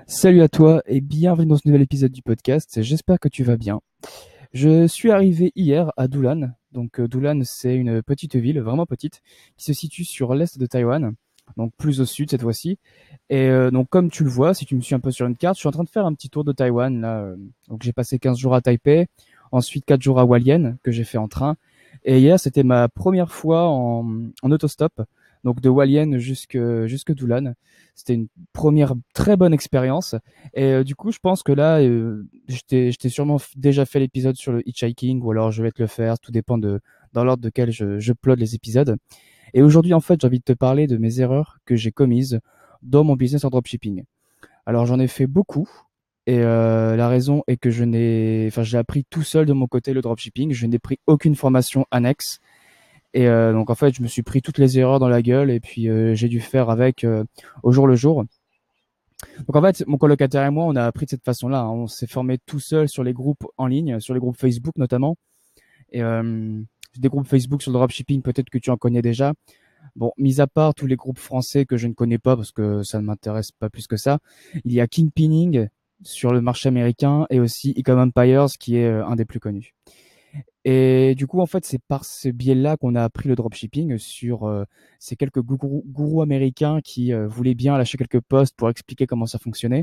Salut à toi et bienvenue dans ce nouvel épisode du podcast. J'espère que tu vas bien. Je suis arrivé hier à Doulan. Donc Doulan, c'est une petite ville, vraiment petite, qui se situe sur l'est de Taïwan, donc plus au sud cette fois-ci. Et donc comme tu le vois, si tu me suis un peu sur une carte, je suis en train de faire un petit tour de Taïwan là. Donc j'ai passé 15 jours à Taipei, ensuite 4 jours à Hualien que j'ai fait en train. Et hier, c'était ma première fois en autostop, donc de Hualien jusque Doulan. C'était une première très bonne expérience. Et du coup, je pense que là, je t'ai sûrement déjà fait l'épisode sur le hitchhiking, ou alors je vais te le faire, tout dépend de dans l'ordre de quel je upload les épisodes. Et aujourd'hui, en fait, j'ai envie de te parler de mes erreurs que j'ai commises dans mon business en dropshipping. Alors, j'en ai fait beaucoup. Et la raison est que j'ai appris tout seul de mon côté le dropshipping. Je n'ai pris aucune formation annexe. Et donc, en fait, je me suis pris toutes les erreurs dans la gueule et puis j'ai dû faire avec au jour le jour. Donc en fait, mon colocataire et moi, on a appris de cette façon-là, hein. On s'est formé tout seul sur les groupes en ligne, sur les groupes Facebook notamment. Et des groupes Facebook sur le dropshipping, peut-être que tu en connais déjà. Bon, mis à part tous les groupes français que je ne connais pas parce que ça ne m'intéresse pas plus que ça, il y a Kingpinning sur le marché américain et aussi Ecom Empires qui est un des plus connus. Et du coup, en fait, c'est par ce biais-là qu'on a appris le dropshipping sur ces quelques gourous américains qui voulaient bien lâcher quelques posts pour expliquer comment ça fonctionnait.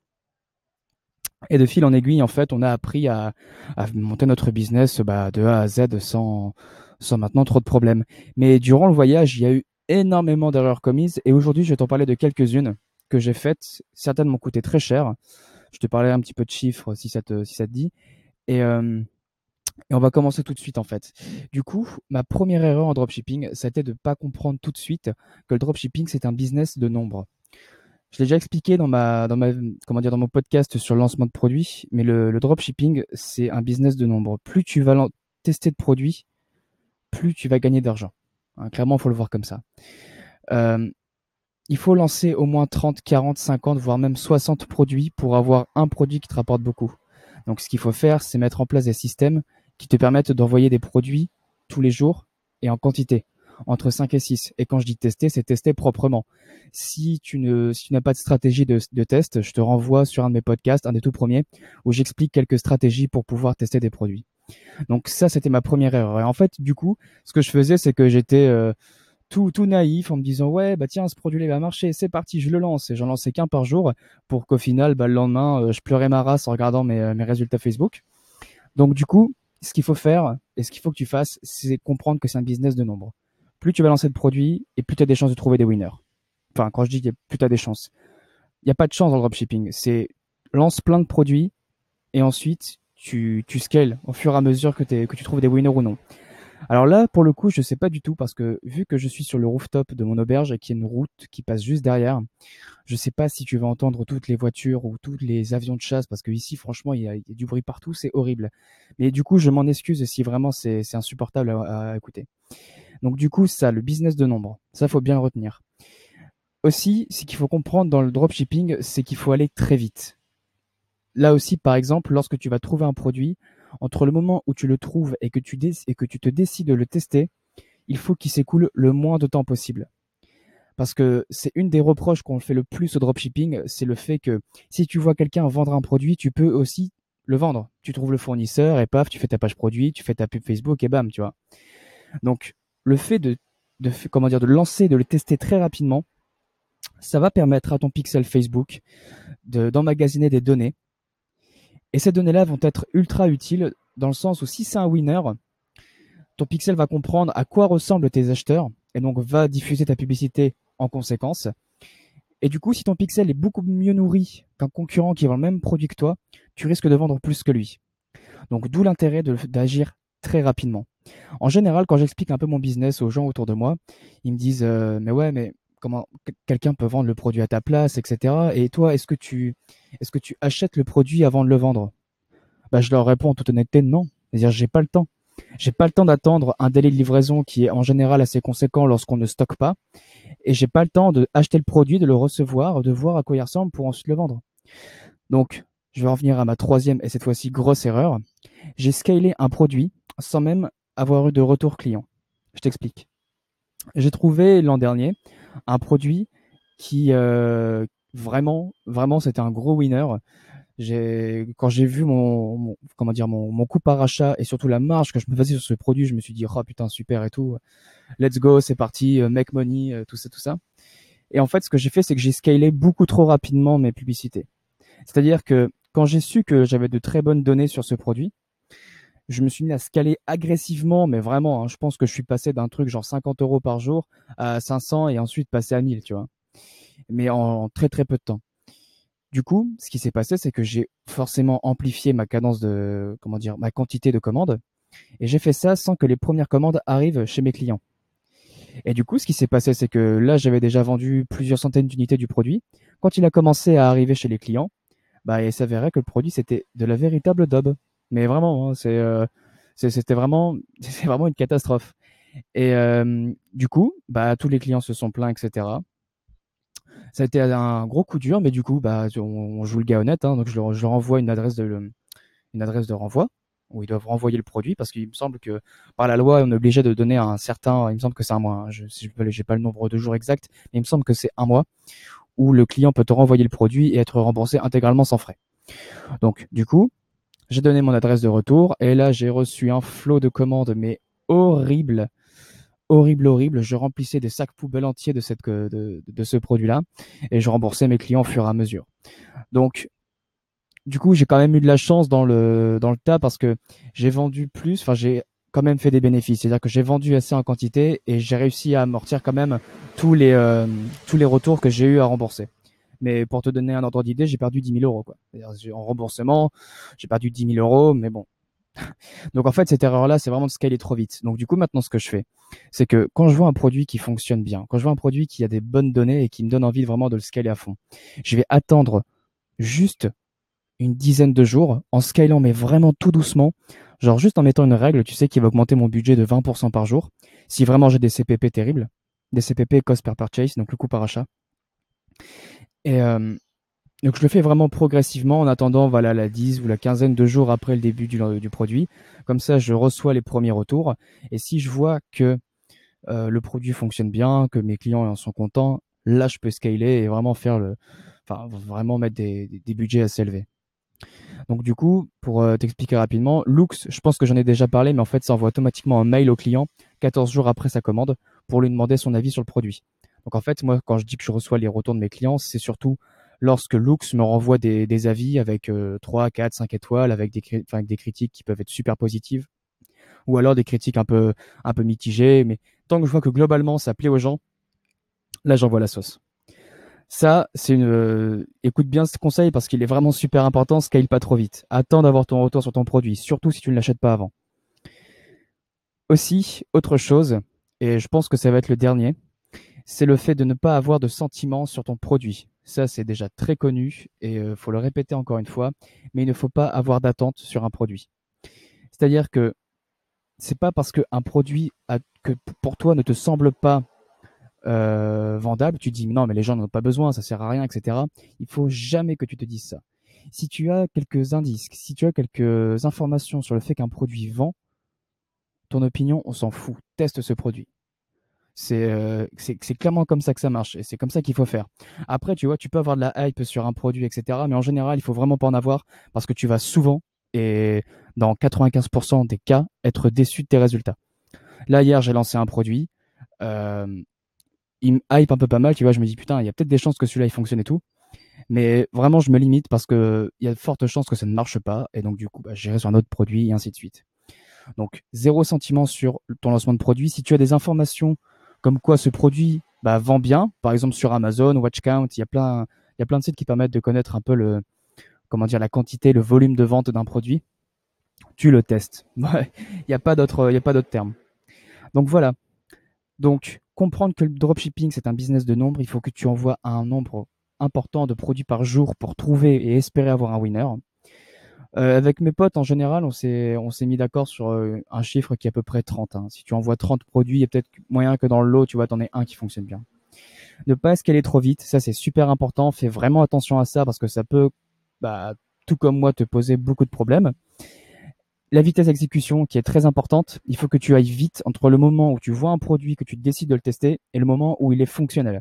Et de fil en aiguille, en fait, on a appris à monter notre business de A à Z sans maintenant trop de problèmes. Mais durant le voyage, il y a eu énormément d'erreurs commises. Et aujourd'hui, je vais t'en parler de quelques-unes que j'ai faites. Certaines m'ont coûté très cher. Je te parlais un petit peu de chiffres si ça te dit. Et, euh, et on va commencer tout de suite, en fait. Du coup, ma première erreur en dropshipping, c'était de ne pas comprendre tout de suite que le dropshipping, c'est un business de nombre. Je l'ai déjà expliqué dans mon podcast sur le lancement de produits, mais le dropshipping, c'est un business de nombre. Plus tu vas tester de produits, plus tu vas gagner d'argent. Hein, clairement, il faut le voir comme ça. Euh, il faut lancer au moins 30, 40, 50, voire même 60 produits pour avoir un produit qui te rapporte beaucoup. Donc, ce qu'il faut faire, c'est mettre en place des systèmes qui te permettent d'envoyer des produits tous les jours et en quantité, entre 5 et 6. Et quand je dis tester, c'est tester proprement. Si tu n'as pas de stratégie de test, je te renvoie sur un de mes podcasts, un des tout premiers, où j'explique quelques stratégies pour pouvoir tester des produits. Donc ça, c'était ma première erreur. Et en fait, du coup, ce que je faisais, c'est que j'étais tout naïf en me disant ouais bah tiens, ce produit-là va marcher, c'est parti, je le lance. Et j'en lançais qu'un par jour pour qu'au final, le lendemain, je pleurais ma race en regardant mes résultats Facebook. Donc du coup, ce qu'il faut faire et ce qu'il faut que tu fasses, c'est comprendre que c'est un business de nombre. Plus tu vas lancer de produits et plus tu as des chances de trouver des winners. Enfin, quand je dis plus tu as des chances, il n'y a pas de chance dans le dropshipping. C'est lance plein de produits et ensuite tu scales au fur et à mesure que tu trouves des winners ou non. Alors là, pour le coup, je sais pas du tout parce que vu que je suis sur le rooftop de mon auberge et qu'il y a une route qui passe juste derrière, je sais pas si tu vas entendre toutes les voitures ou tous les avions de chasse parce que ici, franchement, il y a du bruit partout, c'est horrible. Mais du coup, je m'en excuse si vraiment c'est insupportable à écouter. Donc du coup, ça, le business de nombre, ça faut bien le retenir. Aussi, ce qu'il faut comprendre dans le dropshipping, c'est qu'il faut aller très vite. Là aussi, par exemple, lorsque tu vas trouver un produit, entre le moment où tu le trouves et que tu te décides de le tester, il faut qu'il s'écoule le moins de temps possible. Parce que c'est une des reproches qu'on fait le plus au dropshipping, c'est le fait que si tu vois quelqu'un vendre un produit, tu peux aussi le vendre. Tu trouves le fournisseur et paf, tu fais ta page produit, tu fais ta pub Facebook et bam, tu vois. Donc, le fait de lancer, de le tester très rapidement, ça va permettre à ton pixel Facebook d'emmagasiner des données. Et ces données-là vont être ultra utiles dans le sens où si c'est un winner, ton pixel va comprendre à quoi ressemblent tes acheteurs et donc va diffuser ta publicité en conséquence. Et du coup, si ton pixel est beaucoup mieux nourri qu'un concurrent qui vend le même produit que toi, tu risques de vendre plus que lui. Donc d'où l'intérêt d'agir très rapidement. En général, quand j'explique un peu mon business aux gens autour de moi, ils me disent mais ouais, mais comment quelqu'un peut vendre le produit à ta place, etc. Et toi, est-ce que tu achètes le produit avant de le vendre? Bah, je leur réponds en toute honnêteté non. C'est-à-dire, j'ai pas le temps. J'ai pas le temps d'attendre un délai de livraison qui est en général assez conséquent lorsqu'on ne stocke pas. Et j'ai pas le temps de acheter le produit, de le recevoir, de voir à quoi il ressemble pour ensuite le vendre. Donc, je vais en venir à ma troisième et cette fois-ci grosse erreur. J'ai scalé un produit sans même avoir eu de retour client. Je t'explique. J'ai trouvé l'an dernier un produit qui Vraiment, vraiment, c'était un gros winner. Quand j'ai vu comment dire, mon coût par achat et surtout la marge que je me faisais sur ce produit, je me suis dit, oh putain, super et tout. Let's go, c'est parti, make money, tout ça, tout ça. Et en fait, ce que j'ai fait, c'est que j'ai scalé beaucoup trop rapidement mes publicités. C'est-à-dire que quand j'ai su que j'avais de très bonnes données sur ce produit, je me suis mis à scaler agressivement, mais vraiment, hein, je pense que je suis passé d'un truc genre 50 euros par jour à 500 et ensuite passé à 1000, tu vois. Mais en très très peu de temps. Du coup, ce qui s'est passé, c'est que j'ai forcément amplifié ma cadence de, comment dire, ma quantité de commandes. Et j'ai fait ça sans que les premières commandes arrivent chez mes clients. Et du coup, ce qui s'est passé, c'est que là, j'avais déjà vendu plusieurs centaines d'unités du produit. Quand il a commencé à arriver chez les clients, bah, il s'avérait que le produit, c'était de la véritable daube. Mais vraiment, hein, c'était vraiment, c'est vraiment une catastrophe. Et du coup, bah, tous les clients se sont plaints, etc. Ça a été un gros coup dur, mais du coup, bah, on joue le gars honnête, hein, donc je leur envoie une adresse de renvoi où ils doivent renvoyer le produit parce qu'il me semble que par la loi, on est obligé de donner un certain, il me semble que c'est un mois, hein, si j'ai pas le nombre de jours exact, mais il me semble que c'est un mois où le client peut te renvoyer le produit et être remboursé intégralement sans frais. Donc, du coup, j'ai donné mon adresse de retour et là, j'ai reçu un flot de commandes, mais horrible, horrible, horrible. Je remplissais des sacs poubelles entiers de ce produit-là et je remboursais mes clients au fur et à mesure. Donc, du coup, j'ai quand même eu de la chance dans le tas parce que j'ai vendu plus, enfin, j'ai quand même fait des bénéfices. C'est-à-dire que j'ai vendu assez en quantité et j'ai réussi à amortir quand même tous les, euh, tous les retours que j'ai eu à rembourser. Mais pour te donner un ordre d'idée, j'ai perdu 10 000 euros, quoi. En remboursement, j'ai perdu 10 000 euros, mais bon. Donc en fait, cette erreur-là, c'est vraiment de scaler trop vite. Donc du coup, maintenant, ce que je fais, c'est que quand je vois un produit qui fonctionne bien, quand je vois un produit qui a des bonnes données et qui me donne envie vraiment de le scaler à fond, je vais attendre juste une dizaine de jours en scalant, mais vraiment tout doucement. Genre juste en mettant une règle, tu sais, qui va augmenter mon budget de 20% par jour. Si vraiment j'ai des CPP terribles, des CPP, cost per purchase, donc le coût par achat. Et donc je le fais vraiment progressivement en attendant voilà, la 10 ou la quinzaine de jours après le début du produit. Comme ça, je reçois les premiers retours. Et si je vois que le produit fonctionne bien, que mes clients en sont contents, là, je peux scaler et vraiment enfin, vraiment mettre des budgets assez élevés. Donc du coup, pour t'expliquer rapidement, Loox, je pense que j'en ai déjà parlé, mais en fait, ça envoie automatiquement un mail au client 14 jours après sa commande pour lui demander son avis sur le produit. Donc en fait, moi, quand je dis que je reçois les retours de mes clients, c'est surtout lorsque Loox me renvoie des avis avec 3, 4, 5 étoiles, avec des critiques qui peuvent être super positives, ou alors des critiques un peu mitigées, mais tant que je vois que globalement ça plaît aux gens, là j'envoie la sauce. Ça, écoute bien ce conseil parce qu'il est vraiment super important. Scale pas trop vite. Attends d'avoir ton retour sur ton produit, surtout si tu ne l'achètes pas avant. Aussi, autre chose, et je pense que ça va être le dernier, c'est le fait de ne pas avoir de sentiments sur ton produit. Ça, c'est déjà très connu et faut le répéter encore une fois, mais il ne faut pas avoir d'attente sur un produit. C'est-à-dire que c'est pas parce qu'un produit que pour toi ne te semble pas vendable, tu te dis non mais les gens n'en ont pas besoin, ça sert à rien, etc. Il faut jamais que tu te dises ça. Si tu as quelques indices, si tu as quelques informations sur le fait qu'un produit vend, ton opinion, on s'en fout. Teste ce produit. C'est clairement comme ça que ça marche et c'est comme ça qu'il faut faire. Après, tu vois, tu peux avoir de la hype sur un produit, etc. Mais en général, il faut vraiment pas en avoir parce que tu vas souvent et dans 95% des cas être déçu de tes résultats. Là, hier, j'ai lancé un produit. Euh, il me hype un peu pas mal, tu vois, je me dis putain, il y a peut-être des chances que celui-là il fonctionne et tout, mais vraiment je me limite parce que il y a de fortes chances que ça ne marche pas et donc du coup bah, j'irai sur un autre produit et ainsi de suite. Donc zéro sentiment sur ton lancement de produit. Si tu as des informations comme quoi ce produit bah, vend bien, par exemple sur Amazon, Watchcount, il y a plein de sites qui permettent de connaître un peu comment dire, la quantité, le volume de vente d'un produit. Tu le testes. Ouais, il y a pas d'autre terme. Donc voilà. Donc, comprendre que le dropshipping, c'est un business de nombre, il faut que tu envoies un nombre important de produits par jour pour trouver et espérer avoir un winner. Avec mes potes, en général, on s'est mis d'accord sur un chiffre qui est à peu près 30, hein. Si tu envoies 30 produits, il y a peut-être moyen que dans le lot, tu vois, t'en aies un qui fonctionne bien. Ne pas escaler trop vite, ça c'est super important. Fais vraiment attention à ça parce que ça peut, bah, tout comme moi, te poser beaucoup de problèmes. La vitesse d'exécution qui est très importante. Il faut que tu ailles vite entre le moment où tu vois un produit, que tu décides de le tester et le moment où il est fonctionnel.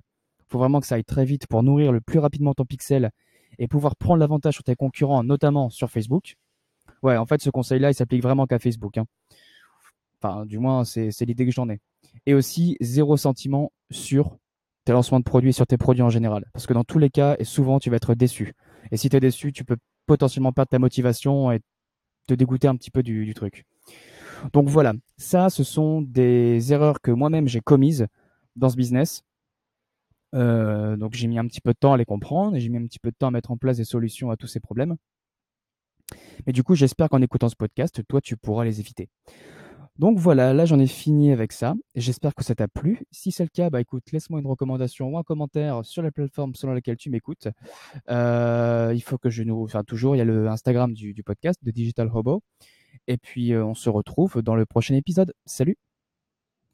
faut vraiment que ça aille très vite pour nourrir le plus rapidement ton pixel et pouvoir prendre l'avantage sur tes concurrents, notamment sur Facebook. Ouais, en fait, ce conseil-là, il s'applique vraiment qu'à Facebook, hein. Enfin, du moins, c'est l'idée que j'en ai. Et aussi, zéro sentiment sur tes lancements de produits et sur tes produits en général. Parce que dans tous les cas, et souvent, tu vas être déçu. Et si tu es déçu, tu peux potentiellement perdre ta motivation et te dégoûter un petit peu du truc. Donc voilà, ça, ce sont des erreurs que moi-même j'ai commises dans ce business. Donc j'ai mis un petit peu de temps à les comprendre et j'ai mis un petit peu de temps à mettre en place des solutions à tous ces problèmes. Mais du coup, j'espère qu'en écoutant ce podcast, toi, tu pourras les éviter. Donc voilà, là j'en ai fini avec ça. J'espère que ça t'a plu. Si c'est le cas, bah écoute, laisse-moi une recommandation ou un commentaire sur la plateforme selon laquelle tu m'écoutes. Il faut que enfin toujours, il y a le Instagram du podcast de Digital Hobo. Et puis on se retrouve dans le prochain épisode. Salut!